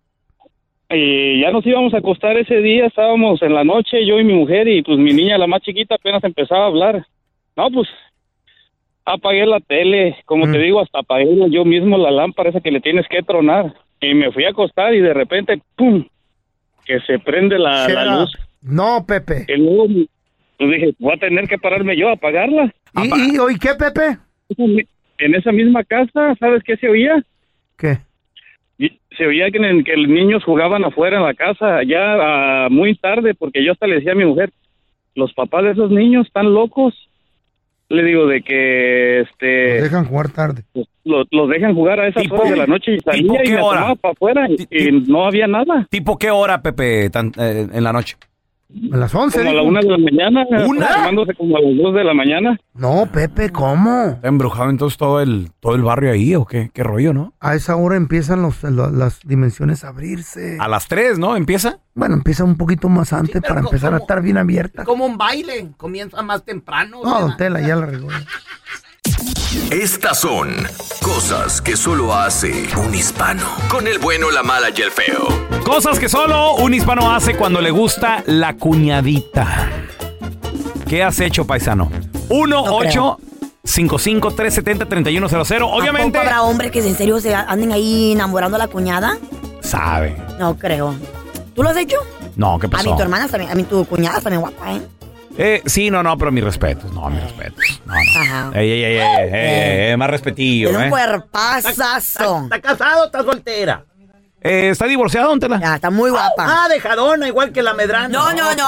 S13: Y ya nos íbamos a acostar ese día, estábamos en la noche, yo y mi mujer, y pues mi niña, la más chiquita, apenas empezaba a hablar. No, pues, apagué la tele, como te digo, hasta apagué yo mismo la lámpara esa que le tienes que tronar. Y me fui a acostar y de repente, ¡pum!, que se prende la luz.
S3: No, Pepe.
S13: Y luego, pues dije, voy a tener que pararme yo a apagarla.
S3: ¿Y qué, Pepe?
S13: En esa misma casa, ¿sabes qué se oía?
S3: ¿Qué?
S13: Se oía que los niños jugaban afuera en la casa, ya muy tarde, porque yo hasta le decía a mi mujer, los papás de esos niños están locos. Le digo de que
S3: los dejan jugar tarde.
S13: Los dejan jugar a esas horas de la noche y salía y me tomaba para afuera y no había nada.
S1: ¿Tipo qué hora, Pepe, en la noche?
S3: A las 11.
S13: Como a la 1 de la mañana. Tomándose como a las 2 de la mañana.
S3: No, Pepe, ¿cómo?
S1: ¿Está embrujado entonces todo el barrio ahí o qué? ¿Qué rollo, no?
S3: A esa hora empiezan las dimensiones a abrirse.
S1: A las 3, ¿no? ¿Empieza?
S3: Bueno, empieza un poquito más antes para empezar a estar bien abierta.
S9: Como un baile, comienza más temprano.
S3: No, don Tela, ya la regó.
S14: Estas son cosas que solo hace un hispano. Con el bueno, la mala y el feo.
S1: Cosas que solo un hispano hace cuando le gusta la cuñadita. ¿Qué has hecho, paisano? 1-855-370-3100. Obviamente.
S2: ¿Habrá hombres que en serio se anden ahí enamorando a la cuñada?
S1: Sabe.
S2: No creo. ¿Tú lo has hecho?
S1: No, ¿qué pasó?
S2: A mí tu hermana también, a mí tu cuñada también guapa, ¿eh?
S1: Sí, no, pero mis respetos. No, mis respetos. No.
S2: Ajá.
S1: Más respetillo,
S2: Tiene un cuerpazazo.
S9: ¿Está casado o está soltera?
S1: ¿Está divorciado, don Tela?
S2: Ya, está muy guapa.
S9: Dejadona, igual que la Medrano.
S2: No.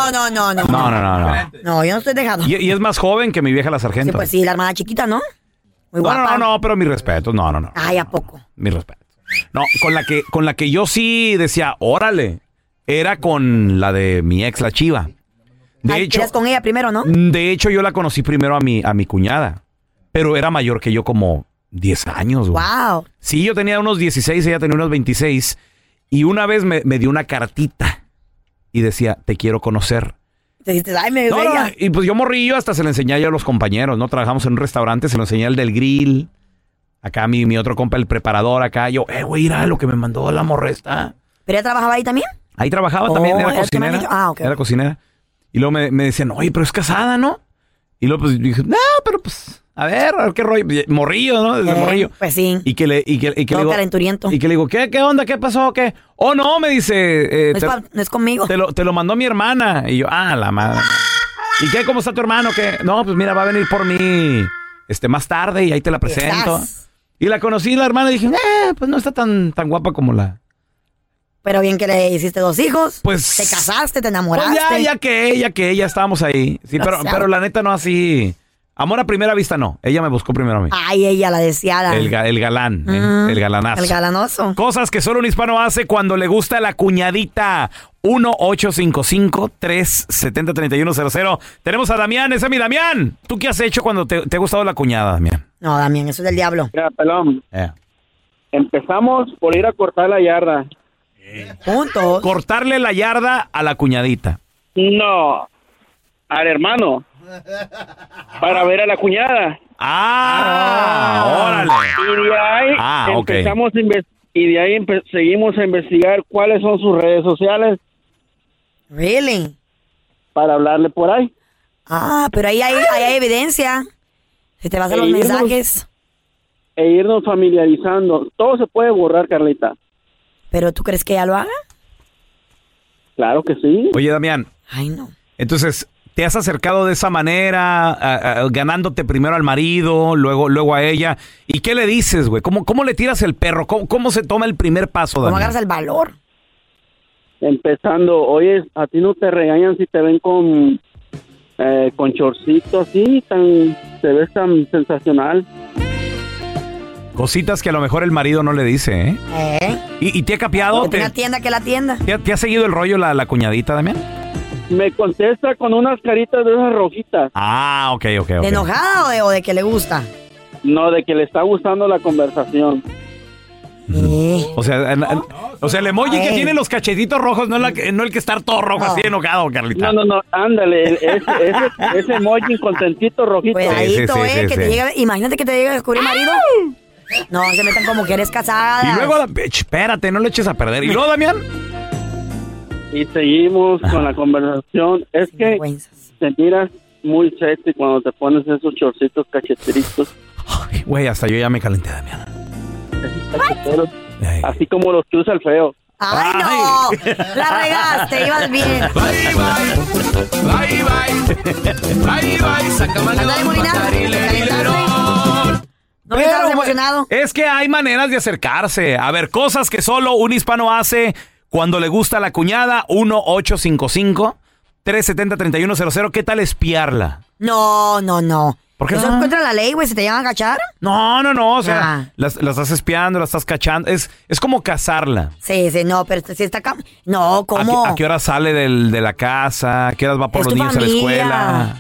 S2: No, yo no estoy dejando.
S1: Y es más joven que mi vieja la sargento.
S2: Sí, pues sí, la hermana chiquita, ¿no? Muy guapa.
S1: No, pero mis respetos. No.
S2: Ay, ¿a poco?
S1: Mis respetos. No, con la que yo sí decía, órale, era con la de mi ex, la Chiva. De hecho,
S2: ¿quieres con ella primero, no?
S1: De hecho, yo la conocí primero a mi cuñada, pero era mayor que yo como 10 años, güey.
S2: Wow.
S1: Sí, yo tenía unos 16, ella tenía unos 26, y una vez me dio una cartita y decía, te quiero conocer.
S2: Te dijiste, ay, me
S1: No,
S2: bella.
S1: y pues yo morrillo hasta se le enseñé yo a los compañeros, ¿no? Trabajamos en un restaurante, se lo enseñé al del grill. Acá mi otro compa, el preparador, acá. Yo, güey, mira lo que me mandó la morresta.
S2: ¿Pero ella trabajaba ahí también?
S1: Ahí trabajaba también, era cocinera. Era cocinera. Y luego me decían, oye, pero es casada, ¿no? Y luego pues dije, no, pero pues, a ver qué rollo. Morrillo, ¿no? Desde morrillo.
S2: Pues sí.
S1: Y que le digo,
S2: calenturiento.
S1: Y que le digo, ¿qué onda? ¿Qué pasó? ¿Qué? Oh, no, me dice.
S2: No es conmigo.
S1: Te lo mandó mi hermana. Y yo, la madre. ¿Y qué? ¿Cómo está tu hermano? ¿Qué? No, pues mira, va a venir por mí más tarde y ahí te la presento. Y la conocí, la hermana, y dije, pues no está tan guapa como la...
S2: Pero bien que le hiciste 2 hijos.
S1: Pues...
S2: Te casaste, te enamoraste.
S1: Pues ya estábamos ahí. Sí, pero la neta no así... Amor a primera vista no. Ella me buscó primero a mí.
S2: Ay, ella, la deseada.
S1: El galán, el galanazo.
S2: El galanoso.
S1: Cosas que solo un hispano hace cuando le gusta la cuñadita. 1-855-370-3100. Tenemos a Damián. Ese es mi Damián. ¿Tú qué has hecho cuando te ha gustado la cuñada, Damián?
S2: No, Damián, eso es del diablo.
S12: Mira, pelón. Empezamos por ir a cortar la yarda.
S2: Puntos.
S1: Cortarle la yarda a la cuñadita.
S12: No, al hermano. Para ver a la cuñada.
S1: Órale.
S12: Y de ahí empezamos seguimos a investigar cuáles son sus redes sociales.
S2: Really?
S12: Para hablarle por ahí.
S2: Pero ahí hay evidencia. Si te vas a los mensajes.
S12: E irnos familiarizando. Todo se puede borrar, Carlita.
S2: ¿Pero tú crees que ella lo haga?
S12: Claro que sí.
S1: Oye, Damián.
S2: Ay, no.
S1: Entonces, ¿te has acercado de esa manera, ganándote primero al marido, luego a ella? ¿Y qué le dices, güey? ¿Cómo le tiras el perro? ¿Cómo se toma el primer paso, Damián?
S2: ¿Cómo agarras el valor?
S12: Empezando, oye, a ti no te regañan si te ven con chorcito así, te ves tan sensacional.
S1: Cositas que a lo mejor el marido no le dice, ¿eh? ¿Y te ha capeado?
S2: Que tenga tienda que la tienda.
S1: ¿Te ha seguido el rollo la cuñadita, Damián?
S12: Me contesta con unas caritas de esas rojitas.
S1: Ok.
S2: ¿De enojada o de que le gusta?
S12: No, de que le está gustando la conversación.
S1: O sea, el emoji que tiene los cachetitos rojos, no el que está todo rojo, así enojado, Carlita.
S12: No, ándale, ese emoji contentito rojito.
S2: Cuidadito, que te llegue, imagínate que te llegue a descubrir marido. No, se metan como que eres casada.
S1: Y luego, espérate, no le eches a perder. ¿Y luego, Damián?
S12: Y seguimos con la conversación. Es que te miras muy sexy cuando te pones esos chorcitos cacheteritos.
S1: Ay, güey, hasta yo ya me calenté, Damián.
S12: Así como los que usa el feo.
S2: ¡Ay, no! La regaste, ibas bien.
S6: Bye, sácame la
S2: ¿No estabas emocionado?
S1: Es que hay maneras de acercarse. A ver, cosas que solo un hispano hace cuando le gusta la cuñada. 1-855-370-3100. ¿Qué tal espiarla?
S2: No.
S1: ¿Por qué
S2: ¿Eso
S1: no?
S2: es contra la ley, güey? ¿Se te llaman a cachar?
S1: No. O sea, las estás espiando, las estás cachando. Es como cazarla.
S2: Sí, no, pero si está acá. No, ¿cómo?
S1: ¿A qué hora sale de la casa? ¿A qué horas va por los niños a la escuela?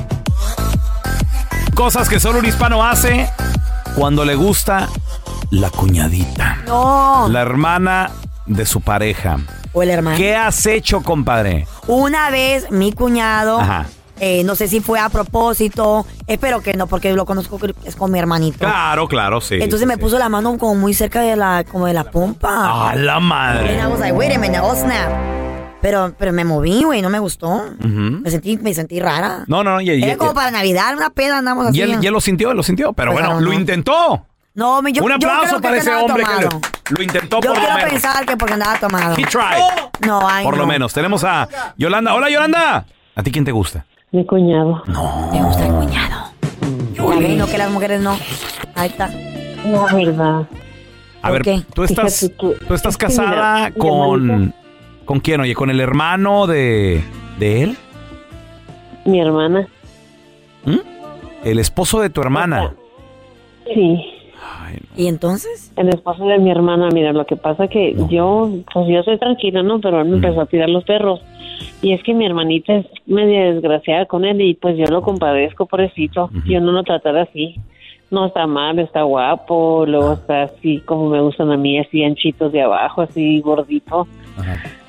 S1: Cosas que solo un hispano hace cuando le gusta la cuñadita.
S2: No.
S1: La hermana de su pareja.
S2: O el hermano.
S1: ¿Qué has hecho, compadre?
S2: Una vez mi cuñado,
S1: Ajá.
S2: No sé si fue a propósito, espero que no, porque lo conozco, es con mi hermanito.
S1: Claro, sí.
S2: Entonces me puso la mano como muy cerca de la pompa.
S1: ¡A la madre!
S2: And I was like, wait a minute, oh snap. Pero me moví, güey, no me gustó. Me sentí rara.
S1: No.
S2: Era como para Navidad, una peda andamos así.
S1: Y él lo sintió, pero
S2: pues
S1: bueno, lo intentó.
S2: No,
S1: Un aplauso para ese hombre que lo intentó por lo menos.
S2: Yo quiero pensar que porque andaba tomado.
S1: He tried.
S2: No,
S1: por lo menos. Tenemos a Yolanda. Hola, Yolanda. ¿A ti quién te gusta?
S15: Mi cuñado.
S1: No.
S2: Me gusta el cuñado. No, que las mujeres no. Ahí está.
S15: La verdad.
S1: A ver,
S2: ¿qué?
S1: tú estás casada con quién, oye, ¿con el hermano de él?
S15: Mi hermana.
S1: El esposo de tu hermana.
S15: Sí.
S1: Ay, no.
S2: ¿Y entonces?
S15: El esposo de mi hermana, mira, lo que pasa que yo soy tranquila, ¿no? Pero él me empezó a tirar los perros. Y es que mi hermanita es media desgraciada con él y pues yo lo compadezco, pobrecito. Yo no lo trataré así. No está mal, está guapo, luego está así como me gustan a mí, así anchitos de abajo, así gordito.
S1: Ajá.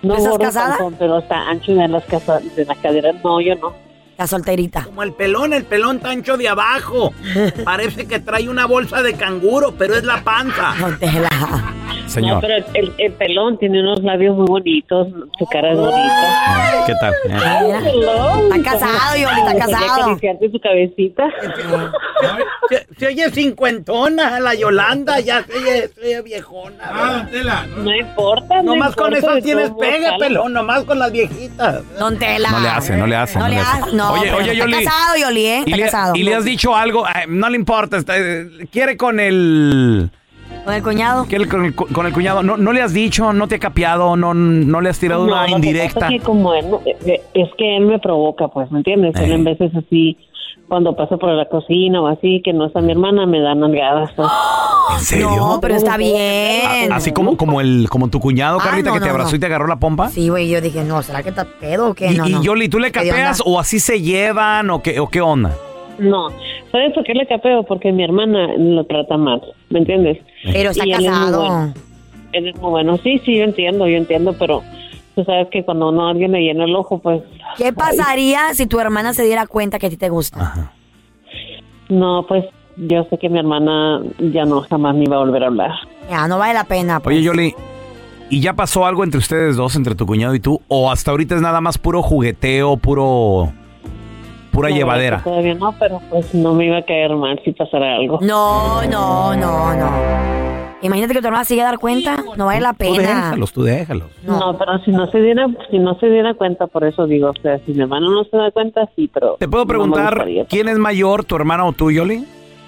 S15: No
S2: ¿Estás
S15: gordo,
S2: casada?
S15: panzón, pero está ancho de las caderas. No, yo no.
S2: La solterita.
S9: Como el pelón tancho de abajo. Parece que trae una bolsa de canguro, pero es la panza.
S1: Señor.
S15: No, pero el pelón tiene unos labios muy bonitos, su cara es bonita.
S1: ¿Qué tal?
S2: Está casado, Yoli, está casado.
S15: Acariciarte su cabecita.
S9: Se oye cincuentona, la Yolanda, ya se oye viejona.
S15: No importa.
S9: Nomás con
S15: importa,
S9: eso
S15: de
S9: tienes
S15: todos modos,
S9: pegue,
S15: jala.
S9: pelón, nomás con las viejitas.
S2: Don Tela.
S1: No le hace.
S2: No,
S1: Oye,
S2: pero está
S1: Yoli.
S2: casado, Yoli, ¿eh? Está casado.
S1: ¿Y le has dicho algo? Ay, no le importa. Quiere con el...
S2: ¿Con el cuñado?
S1: Con el cuñado. No le has dicho, no te ha capeado, no le has tirado una
S15: lo que
S1: indirecta.
S15: pasa es que como él, es que él me provoca, pues, ¿me entiendes? Él en veces así, cuando paso por la cocina o así, que no está mi hermana, me da nalgadas. Pues.
S1: ¿En serio?
S2: No, pero está bien.
S1: Así como tu cuñado, Carlita, que te abrazó y te agarró la pompa.
S2: Sí, güey, yo dije, no, ¿será que está pedo o qué?
S1: Y,
S2: No, no.
S1: Yoli, ¿tú le
S2: ¿Qué onda?
S1: capeas o así se llevan o qué onda?
S15: No, ¿sabes por qué le capeo? Porque mi hermana lo trata mal, ¿me entiendes?
S2: Pero está
S15: Y él es muy
S2: casado.
S15: bueno. Él es muy bueno. Sí, yo entiendo, pero tú sabes que cuando alguien le llena el ojo, pues...
S2: ¿Qué pasaría si tu hermana se diera cuenta que a ti te gusta?
S15: No, pues yo sé que mi hermana ya no, jamás me iba a volver a hablar.
S2: Ya, no vale la pena. Pues.
S1: Oye, Yoli, ¿y ya pasó algo entre ustedes dos, entre tu cuñado y tú? ¿O hasta ahorita es nada más puro jugueteo, pura
S15: No,
S1: llevadera?
S15: Todavía no, pero pues no me iba a caer mal si pasara algo.
S2: No. Imagínate que tu hermana se llegue a dar cuenta. No vale la pena.
S1: Tú déjalos.
S15: No, pero si no se diera cuenta, por eso digo, o sea, si mi hermano no se da cuenta, sí, pero...
S1: ¿Te puedo
S15: no me
S1: preguntar
S15: gustaría.
S1: quién es mayor, tu hermana o tú, Yoli?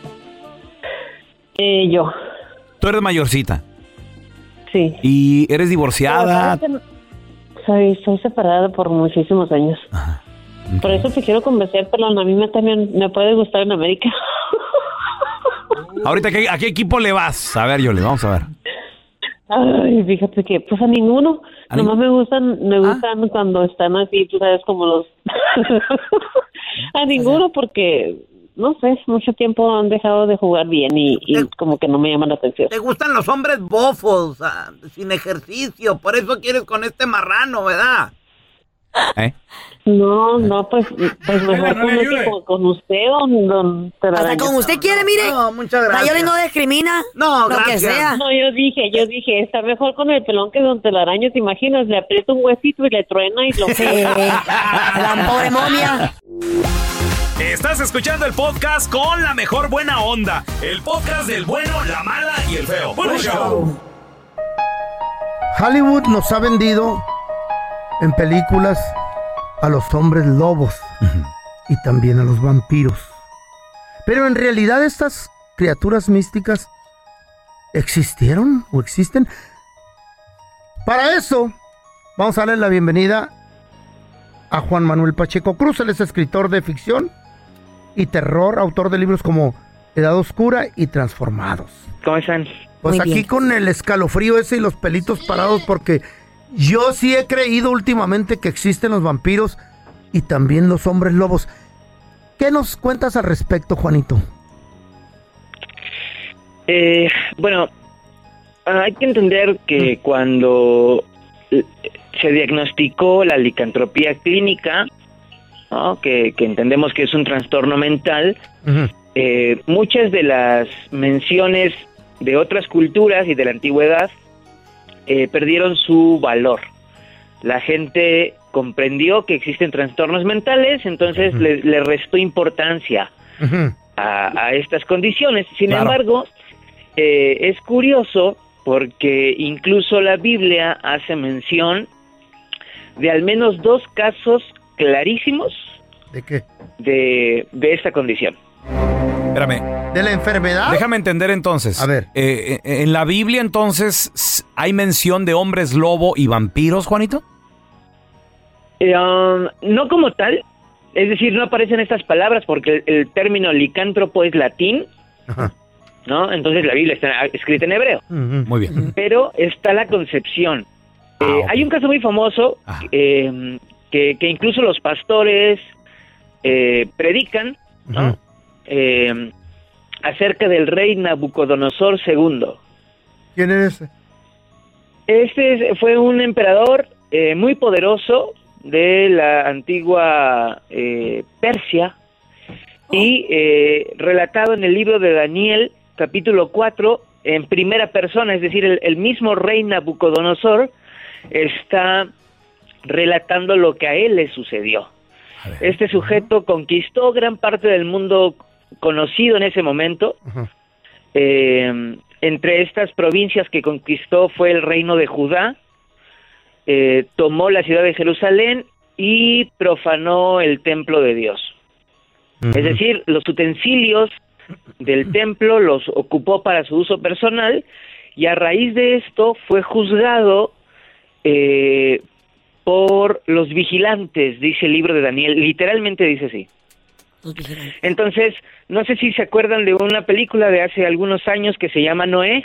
S15: Yo.
S1: Tú eres mayorcita.
S15: Sí.
S1: ¿Y eres divorciada?
S15: Soy separada por muchísimos años. Por eso te quiero convencer, pero a mí también me puede gustar en América.
S1: Ahorita, ¿a qué equipo le vas? A ver, Yoli, vamos a ver.
S15: Ay, fíjate que, pues a ninguno. Nomás me gustan cuando están así, tú sabes, como los... A ninguno porque, no sé, mucho tiempo han dejado de jugar bien y como que no me llaman la atención.
S9: Te gustan los hombres bofos, sin ejercicio, por eso quieres con este marrano, ¿verdad?
S15: No, pues mejor con usted, don Telaraño.
S2: Hasta con usted quiere, mire.
S9: No, muchas gracias.
S2: La Yoli no discrimina.
S9: No,
S2: lo
S9: gracias.
S2: que sea.
S15: No, yo dije, está mejor con el pelón que don Telaraño, ¿te imaginas? Le aprieta un huesito y le truena y lo...
S2: Sí, la pobre momia.
S1: Estás escuchando el podcast con la mejor buena onda. El podcast del bueno, la mala y el feo. ¡Buen show!
S3: Hollywood nos ha vendido en películas a los hombres lobos y también a los vampiros. Pero en realidad estas criaturas místicas ¿existieron o existen? Para eso vamos a darle la bienvenida a Juan Manuel Pacheco Cruz. Él es escritor de ficción y terror, autor de libros como Edad Oscura y Transformados.
S16: ¿Cómo están?
S3: Pues
S16: Muy
S3: aquí
S16: bien.
S3: con el escalofrío ese y los pelitos parados, porque yo sí he creído últimamente que existen los vampiros y también los hombres lobos. ¿Qué nos cuentas al respecto, Juanito?
S16: Bueno, hay que entender que cuando se diagnosticó la licantropía clínica, ¿no? que entendemos que es un trastorno mental, muchas de las menciones de otras culturas y de la antigüedad perdieron su valor. La gente comprendió que existen trastornos mentales, entonces le restó importancia a estas condiciones. Sin embargo, es curioso porque incluso la Biblia hace mención de al menos 2 casos clarísimos.
S3: ¿De qué?
S16: De esta condición.
S1: Espérame.
S3: ¿De la enfermedad?
S1: Déjame entender entonces.
S3: A ver.
S1: ¿En la Biblia entonces hay mención de hombres lobo y vampiros, Juanito?
S16: No como tal. Es decir, no aparecen estas palabras porque el término licántropo es latín, ¿no? Entonces la Biblia está escrita en hebreo.
S1: Muy bien.
S16: Pero está la concepción. Hay un caso muy famoso que incluso los pastores predican, ¿no? Acerca del rey Nabucodonosor II.
S3: ¿Quién es ese?
S16: Este fue un emperador muy poderoso de la antigua Persia y relatado en el libro de Daniel, capítulo 4, en primera persona, es decir, el mismo rey Nabucodonosor está relatando lo que a él le sucedió. Este sujeto conquistó gran parte del mundo conocido en ese momento. Entre estas provincias que conquistó fue el reino de Judá, tomó la ciudad de Jerusalén y profanó el templo de Dios. Es decir, los utensilios del templo los ocupó para su uso personal y a raíz de esto fue juzgado por los vigilantes, dice el libro de Daniel, literalmente dice así. Entonces, no sé si se acuerdan de una película de hace algunos años que se llama Noé.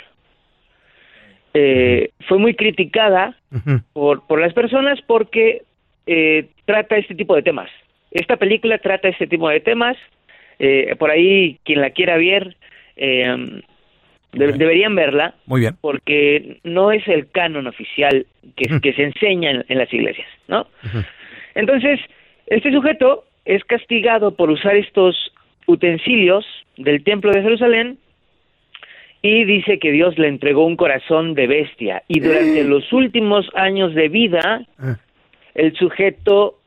S16: Fue muy criticada por las personas porque trata este tipo de temas. Esta película trata este tipo de temas. Por ahí, quien la quiera ver, deberían verla.
S1: Muy bien.
S16: Porque no es el canon oficial que se enseña en las iglesias, ¿no? Entonces, este sujeto es castigado por usar estos utensilios del templo de Jerusalén y dice que Dios le entregó un corazón de bestia y durante los últimos años de vida el sujeto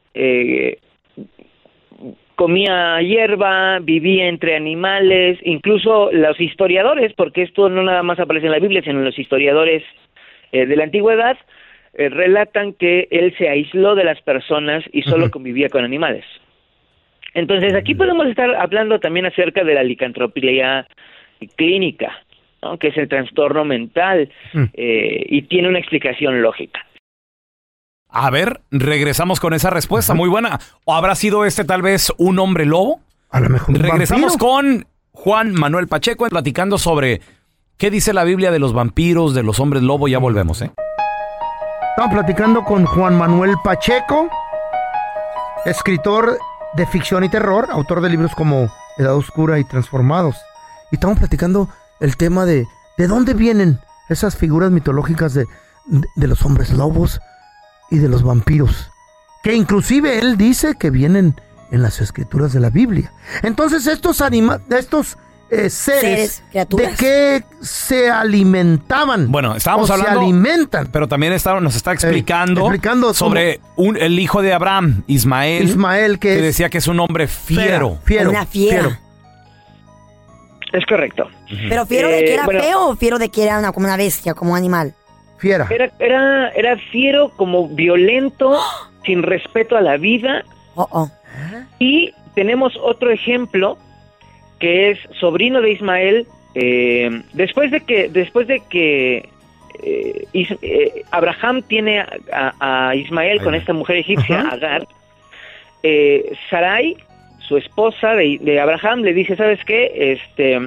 S16: comía hierba, vivía entre animales, incluso los historiadores, porque esto no nada más aparece en la Biblia, sino los historiadores de la antigüedad, relatan que él se aisló de las personas y solo convivía con animales. Entonces aquí podemos estar hablando también acerca de la licantropía clínica, ¿no? Que es el trastorno mental y tiene una explicación lógica.
S1: A ver, regresamos con esa respuesta, muy buena. ¿O habrá sido tal vez un hombre lobo?
S3: A lo mejor.
S1: Regresamos con Juan Manuel Pacheco platicando sobre qué dice la Biblia de los vampiros, de los hombres lobo. Ya volvemos,
S3: Estamos platicando con Juan Manuel Pacheco, escritor de ficción y terror, autor de libros como Edad Oscura y Transformados. Y estamos platicando el tema de dónde vienen esas figuras mitológicas de los hombres lobos y de los vampiros, que inclusive él dice que vienen en las escrituras de la Biblia. Entonces estos seres, ¿de qué se alimentaban?
S1: Bueno, estábamos hablando,
S3: se alimentan,
S1: pero también nos está explicando sobre el hijo de Abraham, Ismael, que decía que es un hombre fiero.
S2: Una fiera.
S16: Es correcto.
S2: ¿Pero fiero de que era feo o fiero de que era como una bestia, como un animal?
S3: Fiera.
S16: Era fiero, como violento, sin respeto a la vida. Y tenemos otro ejemplo que es sobrino de Ismael. Después de que Abraham tiene a Ismael con esta mujer egipcia, Agar, Sarai, su esposa de Abraham, le dice, ¿sabes qué?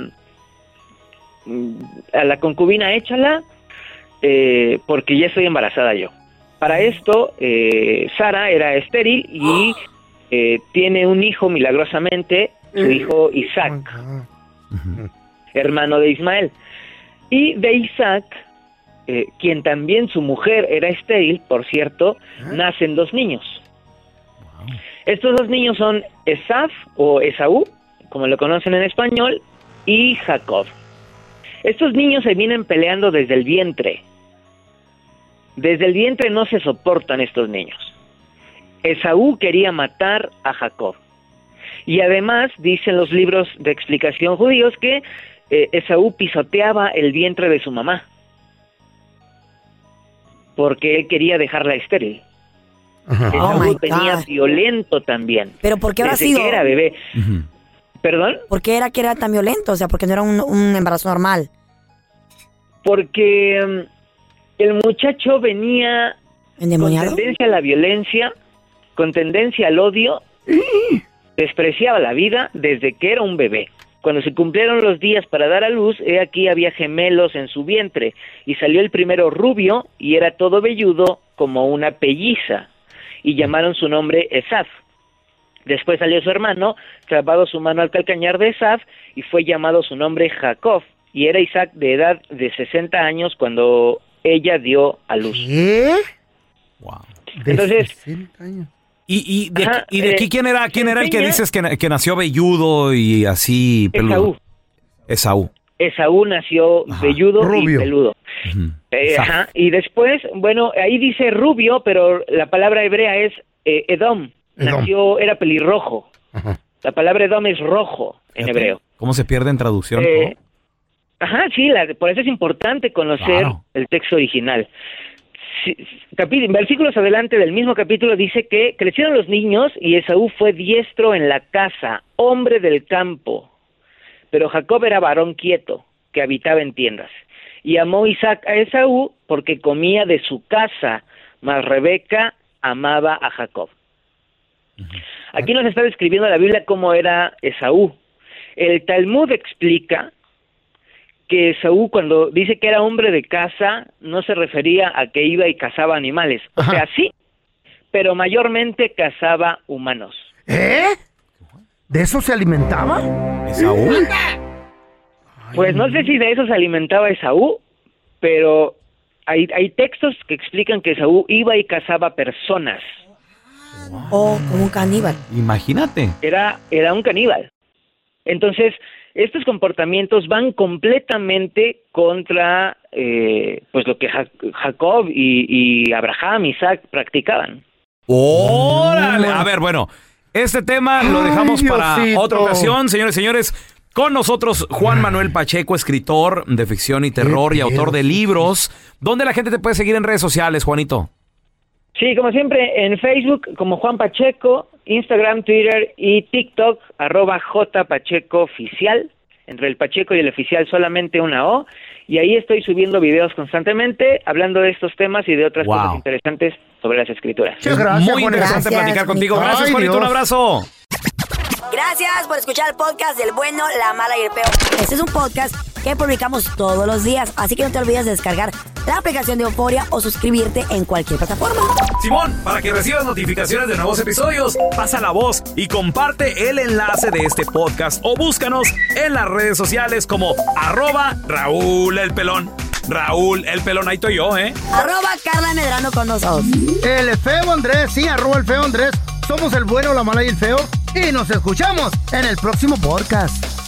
S16: A la concubina échala, porque ya estoy embarazada yo. Para esto, Sara era estéril y tiene un hijo milagrosamente, su hijo Isaac, hermano de Ismael. Y de Isaac, quien también su mujer era estéril, por cierto, nacen dos niños. Estos dos niños son Esaf o Esaú, como lo conocen en español, y Jacob. Estos niños se vienen peleando desde el vientre. Desde el vientre no se soportan estos niños. Esaú quería matar a Jacob. Y además dicen los libros de explicación judíos que Esaú pisoteaba el vientre de su mamá, porque él quería dejarla estéril. Esaú venía violento también.
S2: ¿Pero por qué habrá
S16: desde
S2: sido?
S16: que era bebé. ¿Perdón?
S2: ¿Por qué era que era tan violento? O sea, porque no era un embarazo normal.
S16: Porque el muchacho venía
S2: ¿endemoniado?
S16: Con tendencia a la violencia, con tendencia al odio, despreciaba la vida desde que era un bebé. Cuando se cumplieron los días para dar a luz, aquí había gemelos en su vientre, y salió el primero rubio, y era todo velludo como una pelliza, y llamaron su nombre Esaf. Después salió su hermano, clavado su mano al calcañar de Esaf, y fue llamado su nombre Jacob, y era Isaac de edad de 60 años cuando ella dio a luz.
S3: ¿Qué?
S1: Wow.
S16: Entonces...
S3: 60 años.
S1: ¿Y de aquí quién era el que dices que nació velludo y así peludo? Esaú.
S16: Esaú nació velludo
S3: rubio.
S16: y peludo. Y después, bueno, ahí dice rubio, pero la palabra hebrea es Edom. Era pelirrojo.
S3: Ajá.
S16: La palabra Edom es rojo en hebreo.
S1: ¿Cómo se pierde en traducción?
S16: Sí, por eso es importante conocer el texto original. Versículos adelante del mismo capítulo dice que crecieron los niños y Esaú fue diestro en la casa, hombre del campo. Pero Jacob era varón quieto, que habitaba en tiendas. Y amó Isaac a Esaú porque comía de su casa, mas Rebeca amaba a Jacob. Aquí nos está describiendo la Biblia cómo era Esaú. El Talmud explica que Esaú, cuando dice que era hombre de casa, no se refería a que iba y cazaba animales. O sea, sí, pero mayormente cazaba humanos.
S3: ¿De eso se alimentaba?
S1: ¿Esaú?
S16: Pues no sé si de eso se alimentaba Esaú, pero hay textos que explican que Esaú iba y cazaba personas.
S2: Como un caníbal.
S1: Imagínate.
S16: Era un caníbal. Entonces, estos comportamientos van completamente contra pues lo que Jacob y Abraham, Isaac practicaban.
S1: ¡Órale! A ver, bueno, este tema lo dejamos para otra ocasión, señores y señores. Con nosotros Juan Manuel Pacheco, escritor de ficción y terror y autor de libros. ¿Dónde la gente te puede seguir en redes sociales, Juanito?
S16: Sí, como siempre, en Facebook como Juan Pacheco, Instagram, Twitter y TikTok, @JPachecoOficial. Entre el Pacheco y el oficial solamente una O. Y ahí estoy subiendo videos constantemente, hablando de estos temas y de otras cosas interesantes sobre las escrituras.
S1: Muy interesante platicar contigo. Gracias, Juanito. Un abrazo.
S2: Gracias por escuchar el podcast del bueno, la mala y el peor. Este es un podcast que publicamos todos los días, así que no te olvides de descargar la aplicación de Euforia o suscribirte en cualquier plataforma.
S1: Simón, para que recibas notificaciones de nuevos episodios, pasa la voz y comparte el enlace de este podcast o búscanos en las redes sociales como @Raúl el Pelón. Raúl el Pelón, ahí estoy yo,
S2: @Carla Medrano con nosotros.
S3: El feo Andrés, sí, @el feo Andrés. Somos el bueno, la mala y el feo. Y nos escuchamos en el próximo podcast.